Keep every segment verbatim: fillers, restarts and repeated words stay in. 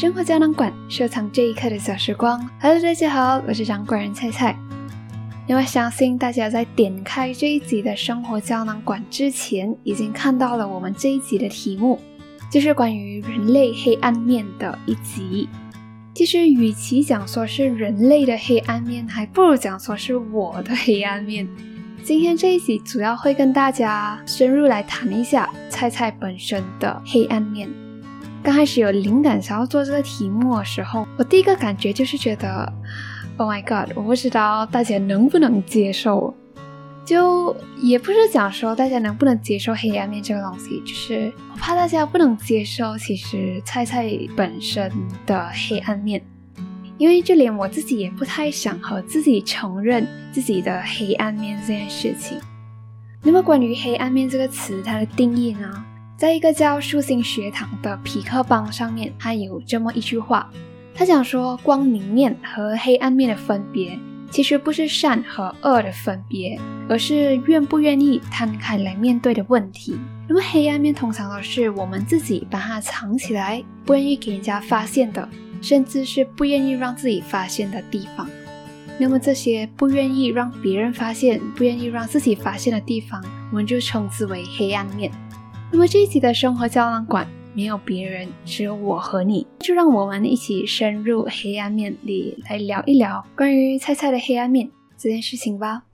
生活胶囊馆，收藏这一刻的小时光。 Hello 大家好，我是掌柜人菜菜。因为相信大家在点开这一集的生活胶囊馆之前，已经看到了我们这一集的题目，就是关于人类黑暗面的一集。其实与其讲说是人类的黑暗面，还不如讲说是我的黑暗面。今天这一集主要会跟大家深入来谈一下菜菜本身的黑暗面。刚开始有灵感想要做这个题目的时候，我第一个感觉就是觉得 Oh my god， 我不知道大家能不能接受。就也不是讲说大家能不能接受黑暗面这个东西，就是我怕大家不能接受其实菜菜本身的黑暗面，因为就连我自己也不太想和自己承认自己的黑暗面这件事情。那么关于黑暗面这个词，它的定义呢，在一个叫树心学堂的痞客邦上面，它有这么一句话，他讲说光明面和黑暗面的分别其实不是善和恶的分别，而是愿不愿意摊开来面对的问题。那么黑暗面通常都是我们自己把它藏起来，不愿意给人家发现的，甚至是不愿意让自己发现的地方。那么这些不愿意让别人发现，不愿意让自己发现的地方，我们就称之为黑暗面。那么这一集的生活胶囊馆没有别人，只有我和你，就让我们一起深入黑暗面里来聊一聊关于菜菜的黑暗面这件事情吧。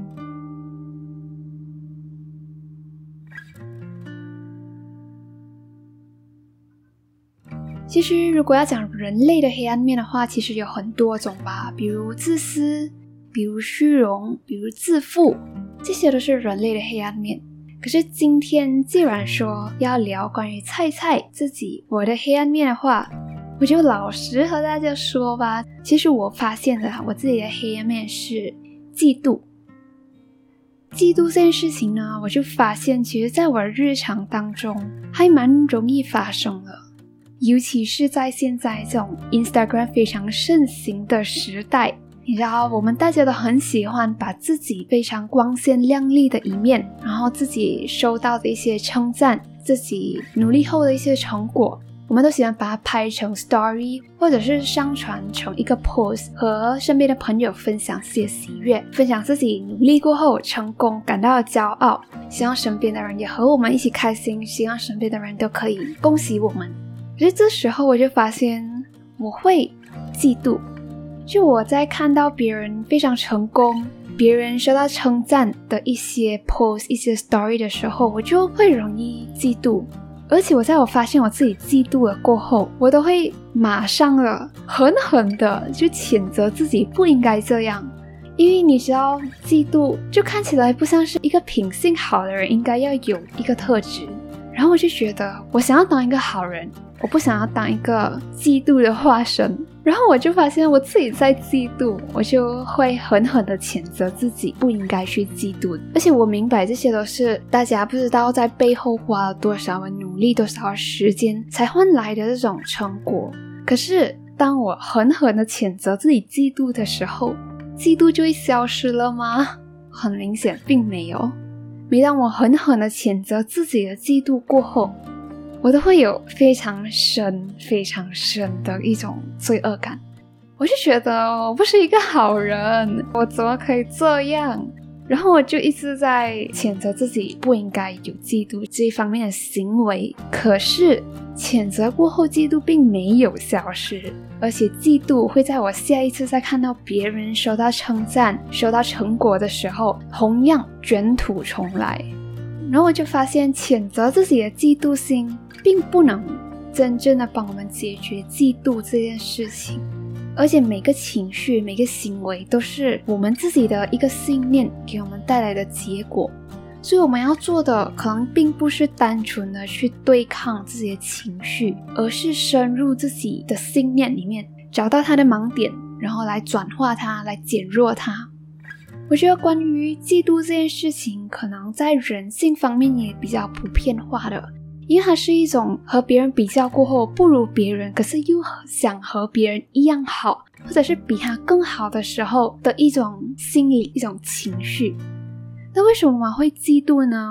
其实如果要讲人类的黑暗面的话，其实有很多种吧，比如自私，比如虚荣，比如自负，这些都是人类的黑暗面。可是今天既然说要聊关于菜菜自己我的黑暗面的话，我就老实和大家说吧，其实我发现的我自己的黑暗面是嫉妒。嫉妒这件事情呢，我就发现其实在我的日常当中还蛮容易发生的，尤其是在现在这种 Instagram 非常盛行的时代，你知道我们大家都很喜欢把自己非常光鲜亮丽的一面，然后自己收到的一些称赞，自己努力后的一些成果，我们都喜欢把它拍成 story， 或者是上传成一个 post， 和身边的朋友分享自己的喜悦，分享自己努力过后成功感到骄傲，希望身边的人也和我们一起开心，希望身边的人都可以恭喜我们。可是这时候我就发现我会嫉妒，就我在看到别人非常成功，别人受到称赞的一些 post 一些 story 的时候，我就会容易嫉妒。而且我在我发现我自己嫉妒了过后，我都会马上的狠狠的就谴责自己不应该这样。因为你知道嫉妒就看起来不像是一个品性好的人应该要有一个特质，然后我就觉得我想要当一个好人，我不想要当一个嫉妒的化身。然后我就发现我自己在嫉妒，我就会狠狠的谴责自己不应该去嫉妒。而且我明白这些都是大家不知道在背后花了多少的努力，多少的时间才换来的这种成果。可是当我狠狠的谴责自己嫉妒的时候，嫉妒就会消失了吗？很明显并没有。每当我狠狠的谴责自己的嫉妒过后，我都会有非常深非常深的一种罪恶感。我就觉得我不是一个好人，我怎么可以这样？然后我就一直在谴责自己不应该有嫉妒这一方面的行为。可是谴责过后，嫉妒并没有消失，而且嫉妒会在我下一次再看到别人收到称赞收到成果的时候，同样卷土重来。然后我就发现谴责自己的嫉妒心并不能真正的帮我们解决嫉妒这件事情，而且每个情绪每个行为都是我们自己的一个信念给我们带来的结果。所以我们要做的可能并不是单纯的去对抗自己的情绪，而是深入自己的信念里面，找到它的盲点，然后来转化它，来减弱它。我觉得关于嫉妒这件事情，可能在人性方面也比较普遍化的，因为它是一种和别人比较过后不如别人，可是又想和别人一样好，或者是比他更好的时候的一种心理，一种情绪。那为什么我们会嫉妒呢？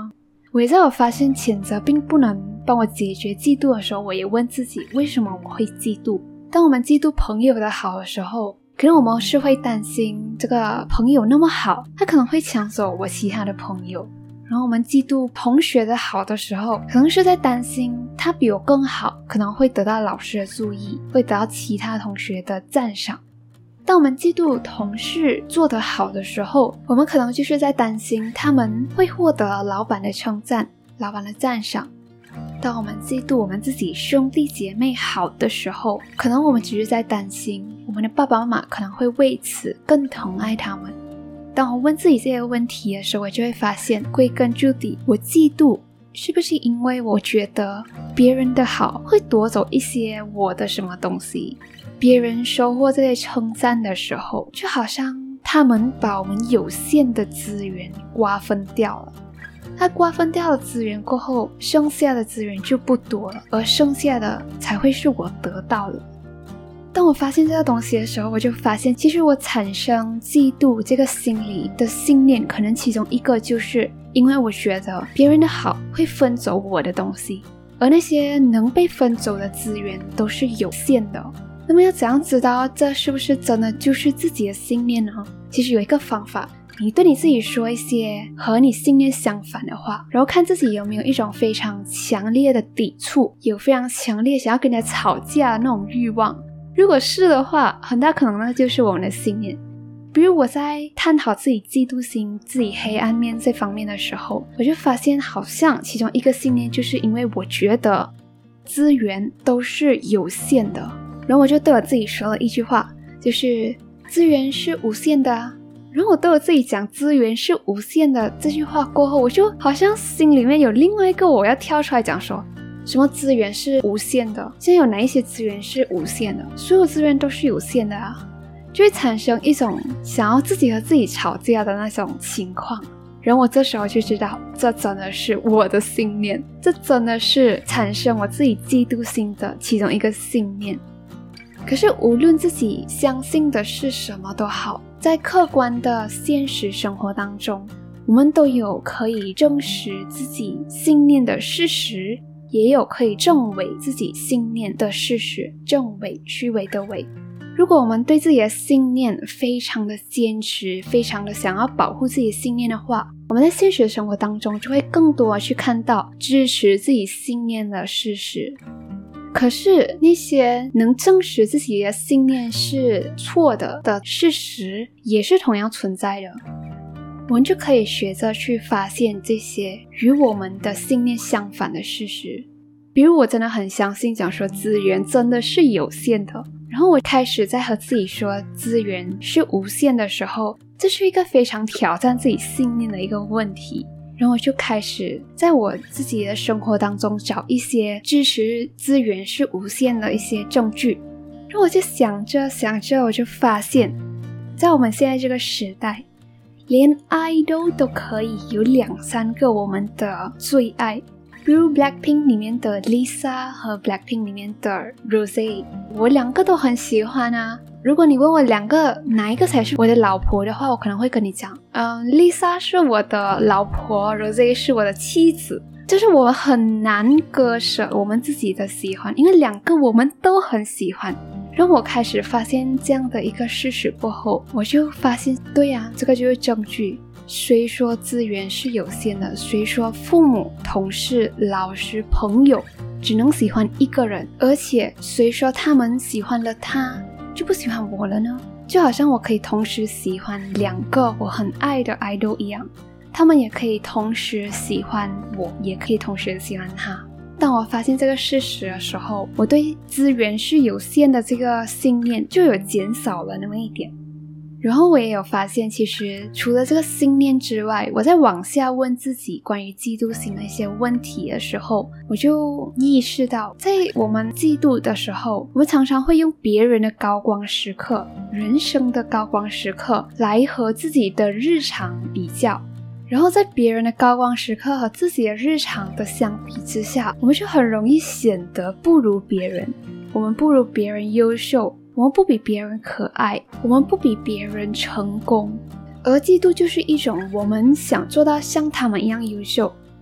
我也在我发现谴责并不能帮我解决嫉妒的时候，我也问自己为什么我会嫉妒。当我们嫉妒朋友的好的时候，可能我们是会担心这个朋友那么好，他可能会抢走我其他的朋友。然后我们嫉妒同学的好的时候，可能是在担心他比我更好，可能会得到老师的注意，会得到其他同学的赞赏。当我们嫉妒同事做得好的时候，我们可能就是在担心他们会获得老板的称赞，老板的赞赏。当我们嫉妒我们自己兄弟姐妹好的时候，可能我们只是在担心我们的爸爸妈妈可能会为此更疼爱他们。当我问自己这些问题的时候，我就会发现归根究底，我嫉妒是不是因为我觉得别人的好会夺走一些我的什么东西？别人收获这些称赞的时候，就好像他们把我们有限的资源瓜分掉了。他瓜分掉了资源过后，剩下的资源就不多了，而剩下的才会是我得到的。当我发现这个东西的时候，我就发现其实我产生嫉妒这个心理的信念，可能其中一个就是因为我觉得别人的好会分走我的东西，而那些能被分走的资源都是有限的。那么要怎样知道这是不是真的就是自己的信念呢？其实有一个方法，你对你自己说一些和你信念相反的话，然后看自己有没有一种非常强烈的抵触，有非常强烈想要跟人家吵架的那种欲望。如果是的话，很大可能那就是我们的信念。比如我在探讨自己嫉妒心、自己黑暗面这方面的时候，我就发现好像其中一个信念就是因为我觉得资源都是有限的，然后我就对我自己说了一句话，就是资源是无限的啊。然后我对我自己讲资源是无限的这句话过后，我就好像心里面有另外一个我要跳出来讲说，什么资源是无限的？现在有哪一些资源是无限的？所有资源都是有限的啊，就会产生一种想要自己和自己吵架的那种情况。然后我这时候就知道，这真的是我的信念，这真的是产生我自己嫉妒心的其中一个信念。可是无论自己相信的是什么都好，在客观的现实生活当中，我们都有可以证实自己信念的事实，也有可以证伪自己信念的事实，证伪虚伪的伪。如果我们对自己的信念非常的坚持，非常的想要保护自己的信念的话，我们在现实生活当中就会更多的去看到支持自己信念的事实。可是那些能证实自己的信念是错的的事实也是同样存在的，我们就可以学着去发现这些与我们的信念相反的事实。比如我真的很相信讲说资源真的是有限的，然后我开始在和自己说资源是无限的时候，这是一个非常挑战自己信念的一个问题。然后我就开始在我自己的生活当中找一些支持资源是无限的一些证据。然后我就想着想着，我就发现在我们现在这个时代，连 idol 都可以有两三个我们的最爱。比如 Blackpink 里面的 Lisa 和 Blackpink 里面的 Rosé， 我两个都很喜欢啊。如果你问我两个哪一个才是我的老婆的话，我可能会跟你讲，嗯 Lisa 是我的老婆， Rosé 是我的妻子。就是我们很难割舍我们自己的喜欢，因为两个我们都很喜欢。然后我开始发现这样的一个事实过后，我就发现对啊，这个就是证据。谁说资源是有限的？谁说父母、同事、老师、朋友只能喜欢一个人？而且谁说他们喜欢了他就不喜欢我了呢？就好像我可以同时喜欢两个我很爱的 idol 一样，他们也可以同时喜欢我，也可以同时喜欢他。当我发现这个事实的时候，我对资源是有限的这个信念就有减少了那么一点。然后我也有发现，其实除了这个信念之外，我在往下问自己关于嫉妒心的一些问题的时候，我就意识到，在我们嫉妒的时候，我们常常会用别人的高光时刻，人生的高光时刻来和自己的日常比较。然后在别人的高光时刻和自己的日常的相比之下，我们就很容易显得不如别人，我们不如别人优秀，我们不比别人可爱，我们不比别人成功。而嫉妒就是一种我们想做到像他们一样优秀，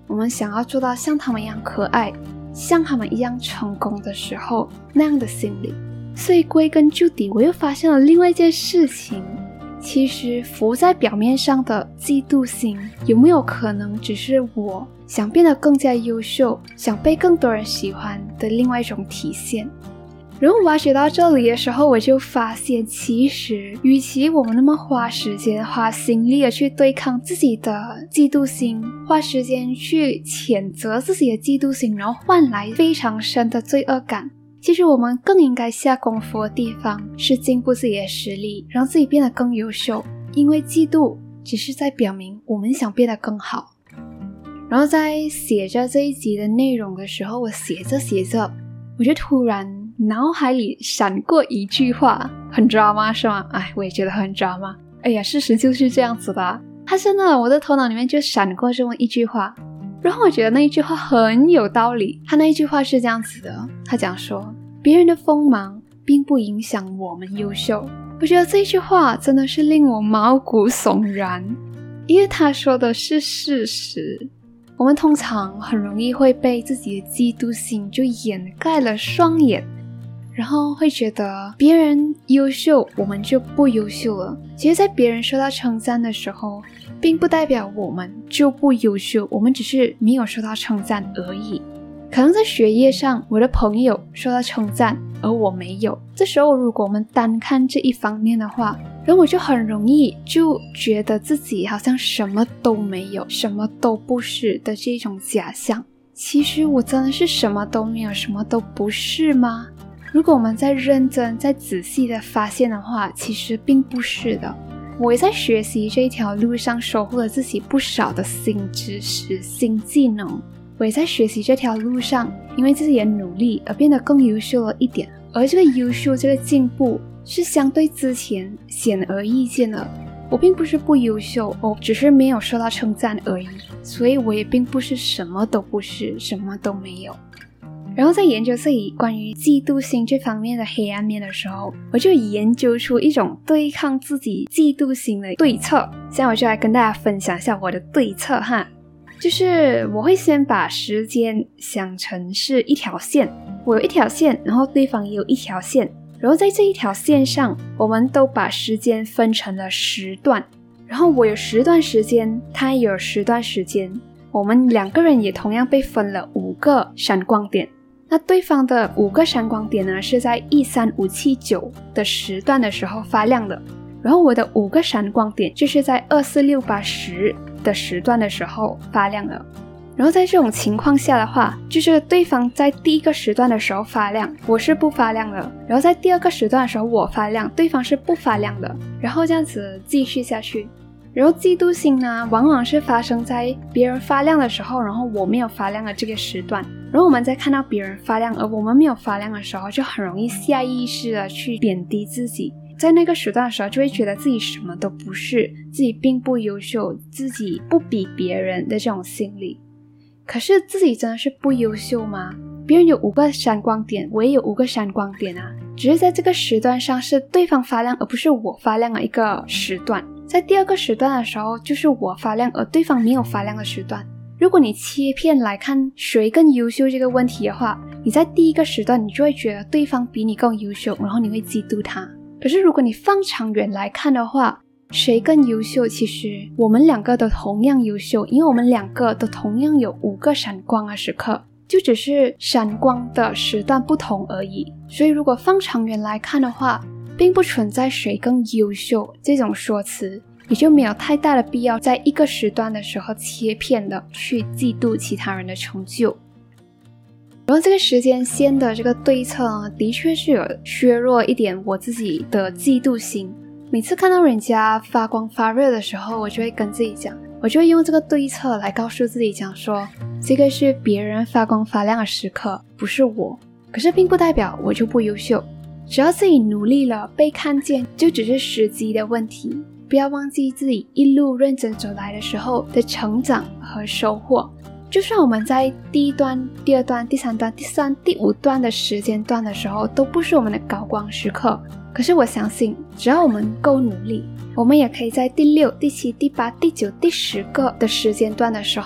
我们想要做到像他们一样可爱，像他们一样成功的时候，那样的心理。所以归根究底，我又发现了另外一件事情，其实浮在表面上的嫉妒心，有没有可能只是我想变得更加优秀，想被更多人喜欢的另外一种体现。然后挖掘到这里的时候，我就发现其实与其我们那么花时间花心力的去对抗自己的嫉妒心，花时间去谴责自己的嫉妒心，然后换来非常深的罪恶感，其实我们更应该下功夫的地方是进步自己的实力，让自己变得更优秀。因为嫉妒只是在表明我们想变得更好。然后在写着这一集的内容的时候，我写着写着我就突然脑海里闪过一句话，很 drama 是吗？哎，我也觉得很 drama。哎呀，事实就是这样子的啊，它真的我的头脑里面就闪过这么一句话，然后我觉得那一句话很有道理。他那一句话是这样子的，他讲说别人的锋芒并不影响我们优秀。我觉得这句话真的是令我毛骨悚然，因为他说的是事实。我们通常很容易会被自己的嫉妒心就掩盖了双眼，然后会觉得别人优秀我们就不优秀了。其实在别人受到称赞的时候，并不代表我们就不优秀，我们只是没有受到称赞而已。可能在学业上我的朋友受到称赞而我没有，这时候如果我们单看这一方面的话，然后我就很容易就觉得自己好像什么都没有，什么都不是的这种假象。其实我真的是什么都没有，什么都不是吗？如果我们再认真再仔细的发现的话，其实并不是的。我也在学习这一条路上收获了自己不少的新知识、新技能。我也在学习这条路上因为自己的努力而变得更优秀了一点，而这个优秀这个进步是相对之前显而易见的。我并不是不优秀，我只是没有受到称赞而已，所以我也并不是什么都不是，什么都没有。然后在研究自己关于嫉妒心这方面的黑暗面的时候，我就研究出一种对抗自己嫉妒心的对策。现在我就来跟大家分享一下我的对策哈，就是我会先把时间想成是一条线，我有一条线，然后对方也有一条线，然后在这一条线上我们都把时间分成了十段，然后我有十段时间，他也有十段时间，我们两个人也同样被分了五个闪光点。那对方的五个闪光点呢，是在一三五七九的时段的时候发亮的，然后我的五个闪光点就是在二四六八十的时段的时候发亮了。然后在这种情况下的话，就是对方在第一个时段的时候发亮，我是不发亮的，然后在第二个时段的时候我发亮，对方是不发亮的，然后这样子继续下去。然后嫉妒心呢，往往是发生在别人发亮的时候，然后我没有发亮的这个时段，然后我们在看到别人发亮而我们没有发亮的时候，就很容易下意识的去贬低自己，在那个时段的时候就会觉得自己什么都不是，自己并不优秀，自己不比别人的这种心理。可是自己真的是不优秀吗？别人有五个闪光点，我也有五个闪光点啊，只是在这个时段上是对方发亮而不是我发亮的一个时段。在第二个时段的时候，就是我发亮而对方没有发亮的时段。如果你切片来看谁更优秀这个问题的话，你在第一个时段你就会觉得对方比你更优秀，然后你会嫉妒他。可是如果你放长远来看的话，谁更优秀？其实我们两个都同样优秀，因为我们两个都同样有五个闪光的时刻，就只是闪光的时段不同而已。所以如果放长远来看的话，并不存在谁更优秀这种说辞，也就没有太大的必要在一个时段的时候切片的去嫉妒其他人的成就。然后这个时间线的这个对策呢，的确是有削弱一点我自己的嫉妒心。每次看到人家发光发热的时候，我就会跟自己讲，我就会用这个对策来告诉自己讲说，这个是别人发光发亮的时刻，不是我。可是并不代表我就不优秀，只要自己努力了，被看见，就只是时机的问题。不要忘记自己一路认真走来的时候的成长和收获。就算我们在第一段、第二段、第三段、第三、第五段的时间段的时候都不是我们的高光时刻，可是我相信只要我们够努力，我们也可以在第六、第七、第八、第九、第十个的时间段的时候，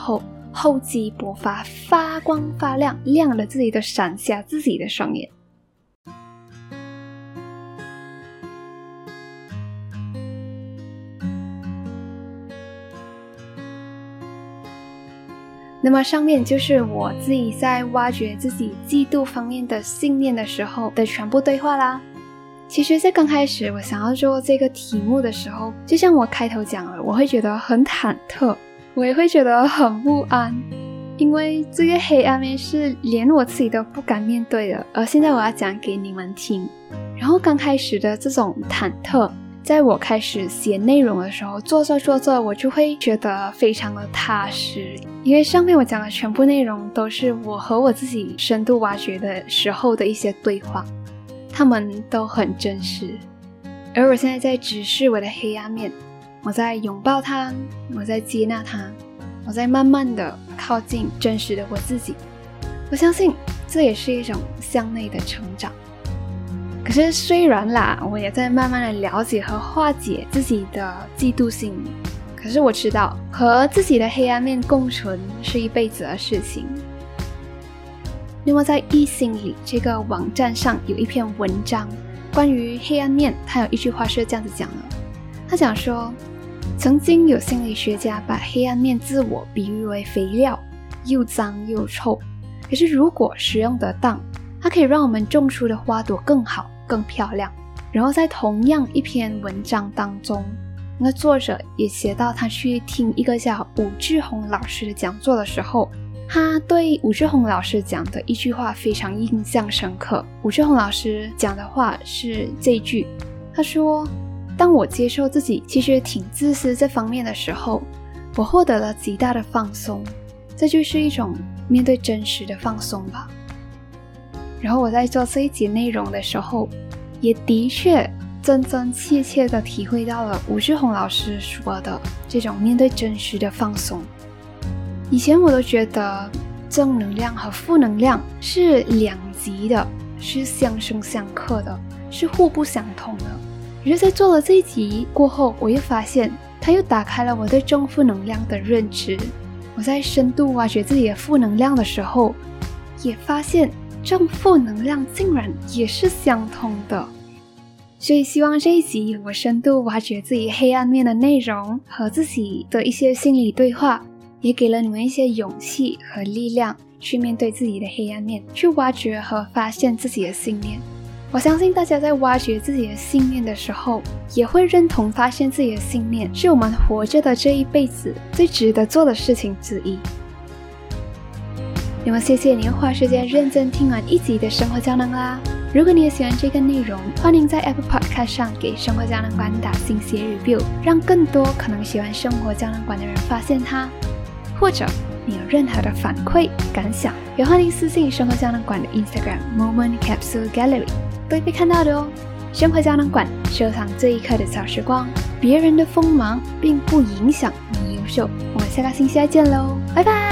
厚积薄发，发光发亮，亮了自己的闪瞎自己的双眼。那么上面就是我自己在挖掘自己嫉妒方面的信念的时候的全部对话啦。其实在刚开始我想要做这个题目的时候，就像我开头讲了，我会觉得很忐忑，我也会觉得很不安，因为这个黑暗面是连我自己都不敢面对的，而现在我要讲给你们听。然后刚开始的这种忐忑，在我开始写内容的时候，做着做着我就会觉得非常的踏实，因为上面我讲的全部内容都是我和我自己深度挖掘的时候的一些对话，他们都很真实。而我现在在直视我的黑暗面，我在拥抱它，我在接纳它，我在慢慢的靠近真实的我自己。我相信这也是一种向内的成长。可是虽然啦，我也在慢慢的了解和化解自己的嫉妒心，可是我知道和自己的黑暗面共存是一辈子的事情。那么在易心理这个网站上有一篇文章关于黑暗面，它有一句话是这样子讲的，他讲说，曾经有心理学家把黑暗面自我比喻为肥料，又脏又臭，可是如果使用得当，它可以让我们种出的花朵更好更漂亮。然后在同样一篇文章当中，那作者也写到他去听一个叫武志红老师的讲座的时候，他对武志红老师讲的一句话非常印象深刻。武志红老师讲的话是这一句，他说，当我接受自己其实挺自私这方面的时候，我获得了极大的放松，这就是一种面对真实的放松吧。然后我在做这一节内容的时候，也的确真真切切地体会到了武志红老师说的这种面对真实的放松。以前我都觉得正能量和负能量是两极的，是相生相克的，是互不相通的。可是在做了这一集过后，我又发现它又打开了我对正负能量的认知。我在深度挖掘自己的负能量的时候，也发现正负能量竟然也是相通的。所以希望这一集我深度挖掘自己黑暗面的内容和自己的一些心理对话，也给了你们一些勇气和力量去面对自己的黑暗面，去挖掘和发现自己的信念。我相信大家在挖掘自己的信念的时候，也会认同发现自己的信念是我们活着的这一辈子最值得做的事情之一。那么谢谢你花时间认真听完一集的生活胶囊啦。如果你也喜欢这个内容，欢迎在 Apple Podcast 上给生活胶囊馆打星写 review， 让更多可能喜欢生活胶囊馆的人发现它。或者你有任何的反馈感想，也欢迎私信生活胶囊馆的 Instagram Moment Capsule Gallery， 都会被看到的哦。生活胶囊馆，收藏这一刻的小时光，别人的锋芒并不影响你优秀。我们下个星期再见喽，拜拜。